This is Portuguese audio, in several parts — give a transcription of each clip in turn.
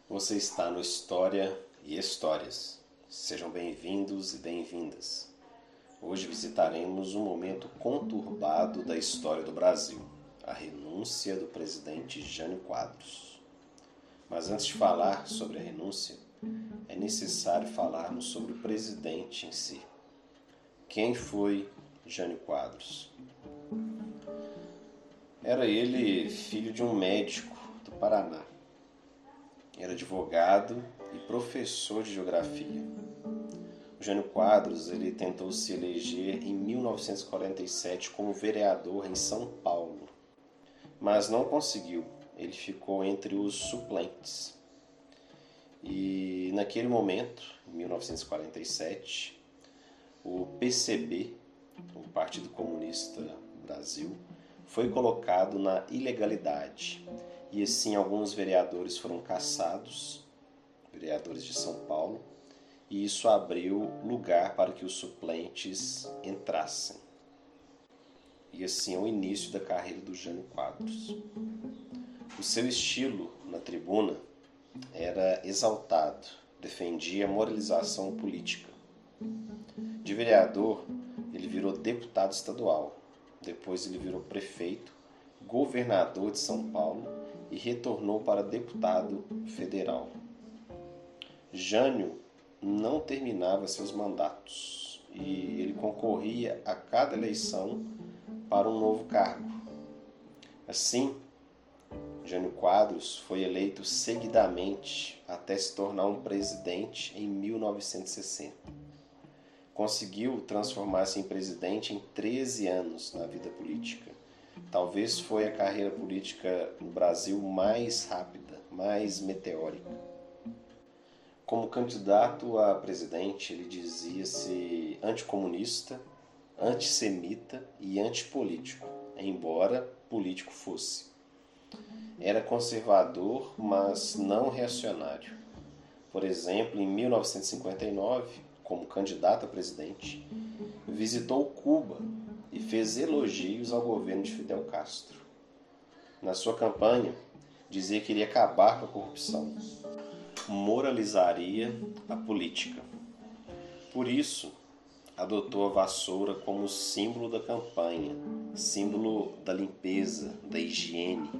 Você está no História e Histórias. Sejam bem-vindos e bem-vindas. Hoje visitaremos um momento conturbado da história do Brasil, a renúncia do presidente Jânio Quadros. Mas antes de falar sobre a renúncia, é necessário falarmos sobre o presidente em si. Quem foi Jânio Quadros? Era ele filho de um médico do Paraná. Era advogado e professor de geografia. O Jânio Quadros ele tentou se eleger em 1947 como vereador em São Paulo, mas não conseguiu. Ele ficou entre os suplentes. E naquele momento, em 1947, o PCB, o Partido Comunista do Brasil, foi colocado na ilegalidade. E assim alguns vereadores foram cassados, vereadores de São Paulo, e isso abriu lugar para que os suplentes entrassem. E assim é o início da carreira do Jânio Quadros. O seu estilo na tribuna era exaltado, defendia a moralização política. De vereador, ele virou deputado estadual, depois ele virou prefeito, governador de São Paulo e retornou para deputado federal. Jânio não terminava seus mandatos e ele concorria a cada eleição para um novo cargo. Assim, Jânio Quadros foi eleito seguidamente até se tornar um presidente em 1960. Conseguiu transformar-se em presidente em 13 anos na vida política. Talvez foi a carreira política no Brasil mais rápida, mais meteórica. Como candidato a presidente, ele dizia-se anticomunista, antissemita e antipolítico, embora político fosse. Era conservador, mas não reacionário. Por exemplo, em 1959, como candidato a presidente, visitou Cuba e fez elogios ao governo de Fidel Castro. Na sua campanha, dizia que iria acabar com a corrupção, moralizaria a política. Por isso, adotou a vassoura como símbolo da campanha, símbolo da limpeza, da higiene.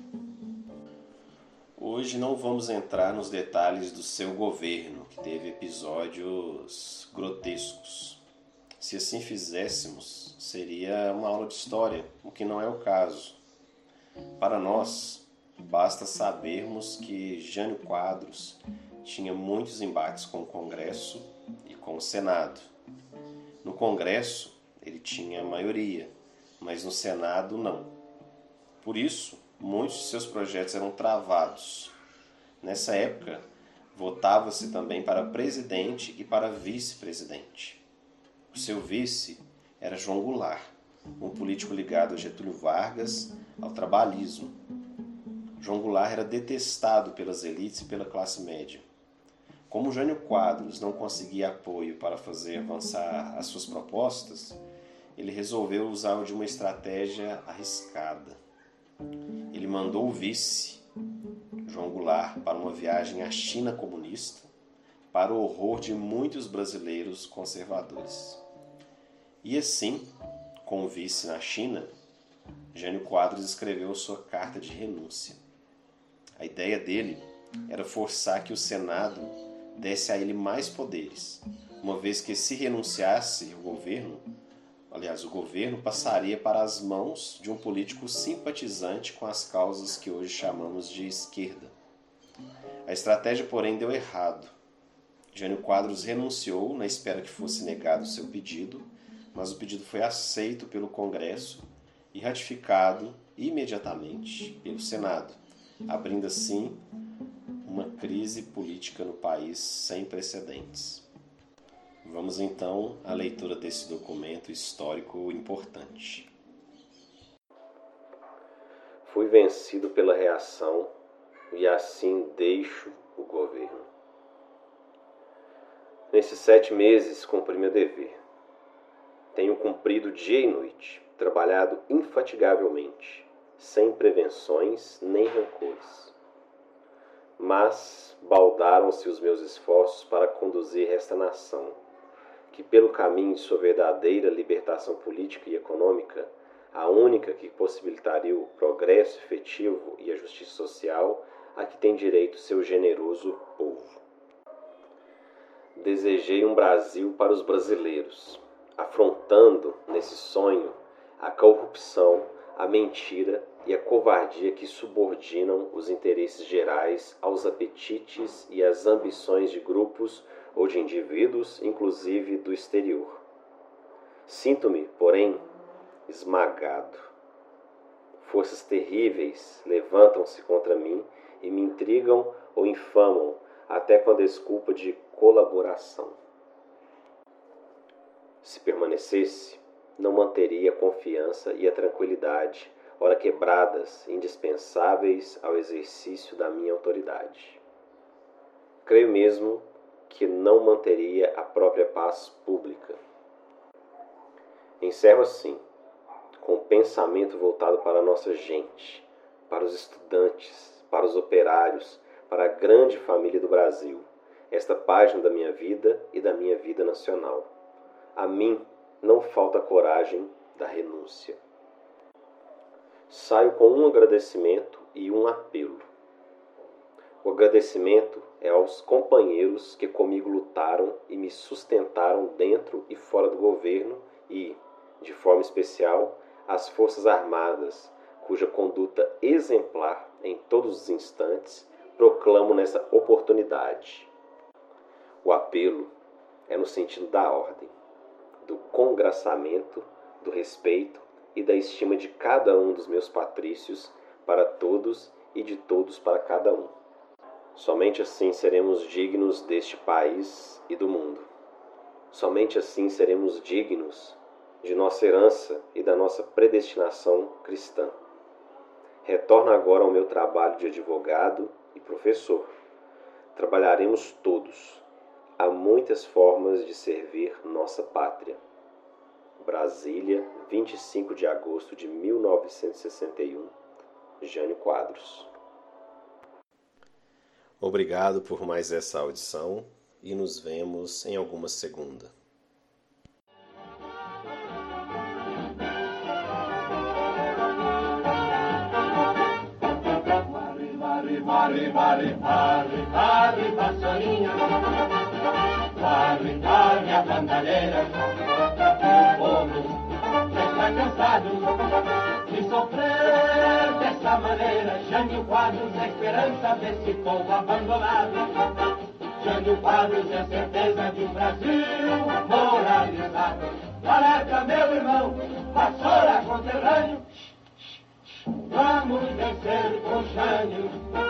Hoje não vamos entrar nos detalhes do seu governo, que teve episódios grotescos. Se assim fizéssemos, seria uma aula de história, o que não é o caso. Para nós, basta sabermos que Jânio Quadros tinha muitos embates com o Congresso e com o Senado. No Congresso, ele tinha maioria, mas no Senado, não. Por isso, muitos de seus projetos eram travados. Nessa época, votava-se também para presidente e para vice-presidente. O seu vice era João Goulart, um político ligado a Getúlio Vargas, ao trabalhismo. João Goulart era detestado pelas elites e pela classe média. Como Jânio Quadros não conseguia apoio para fazer avançar as suas propostas, ele resolveu usar de uma estratégia arriscada. Ele mandou o vice, João Goulart, para uma viagem à China comunista, para o horror de muitos brasileiros conservadores. E assim, com o vice na China, Jânio Quadros escreveu sua carta de renúncia. A ideia dele era forçar que o Senado desse a ele mais poderes, uma vez que se renunciasse o governo passaria para as mãos de um político simpatizante com as causas que hoje chamamos de esquerda. A estratégia, porém, deu errado. Jânio Quadros renunciou na espera que fosse negado o seu pedido, mas o pedido foi aceito pelo Congresso e ratificado imediatamente pelo Senado, abrindo assim uma crise política no país sem precedentes. Vamos então à leitura desse documento histórico importante. Fui vencido pela reação e assim deixo o governo. Nesses 7 meses cumpri meu dever. Tenho cumprido dia e noite, trabalhado infatigavelmente, sem prevenções nem rancores. Mas baldaram-se os meus esforços para conduzir esta nação, que pelo caminho de sua verdadeira libertação política e econômica, a única que possibilitaria o progresso efetivo e a justiça social, a que tem direito seu generoso povo. Desejei um Brasil para os brasileiros, afrontando nesse sonho a corrupção, a mentira e a covardia que subordinam os interesses gerais aos apetites e às ambições de grupos ou de indivíduos, inclusive do exterior. Sinto-me, porém, esmagado. Forças terríveis levantam-se contra mim e me intrigam ou infamam, até com a desculpa de colaboração. Se permanecesse, não manteria a confiança e a tranquilidade, ora quebradas, indispensáveis ao exercício da minha autoridade. Creio mesmo que não manteria a própria paz pública. Encerro assim, com o pensamento voltado para a nossa gente, para os estudantes, para os operários, para a grande família do Brasil, esta página da minha vida e da minha vida nacional. A mim não falta a coragem da renúncia. Saio com um agradecimento e um apelo. O agradecimento é aos companheiros que comigo lutaram e me sustentaram dentro e fora do governo e, de forma especial, às Forças Armadas, cuja conduta exemplar em todos os instantes proclamo nessa oportunidade. O apelo é no sentido da ordem, do congraçamento, do respeito e da estima de cada um dos meus patrícios para todos e de todos para cada um. Somente assim seremos dignos deste país e do mundo. Somente assim seremos dignos de nossa herança e da nossa predestinação cristã. Retorno agora ao meu trabalho de advogado e professor. Trabalharemos todos. Há muitas formas de servir nossa pátria. Brasília, 25 de agosto de 1961. Jânio Quadros. Obrigado por mais essa audição e nos vemos em alguma segunda. Varre, varre, varre, varre, vassourinha. Varre, varre a bandalheira. O povo já está cansado de sofrer dessa maneira. Jânio Quadros é a esperança desse povo abandonado. Jânio Quadros é a certeza de um Brasil moralizado. Caraca, meu irmão, vassoura conterrâneo. Vamos vencer com Jânio.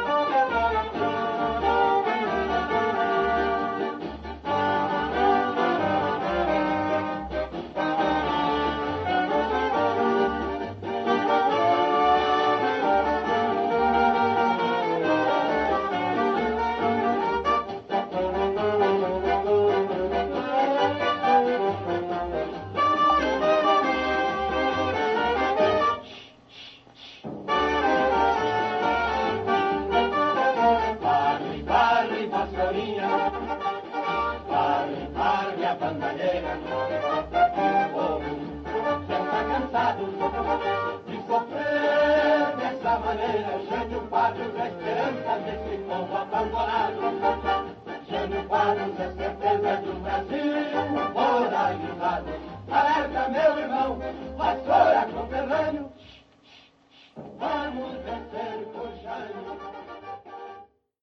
De sofrer dessa maneira, Jânio Quadros é a esperança desse povo abandonado. Jânio Quadros é a certeza de um Brasil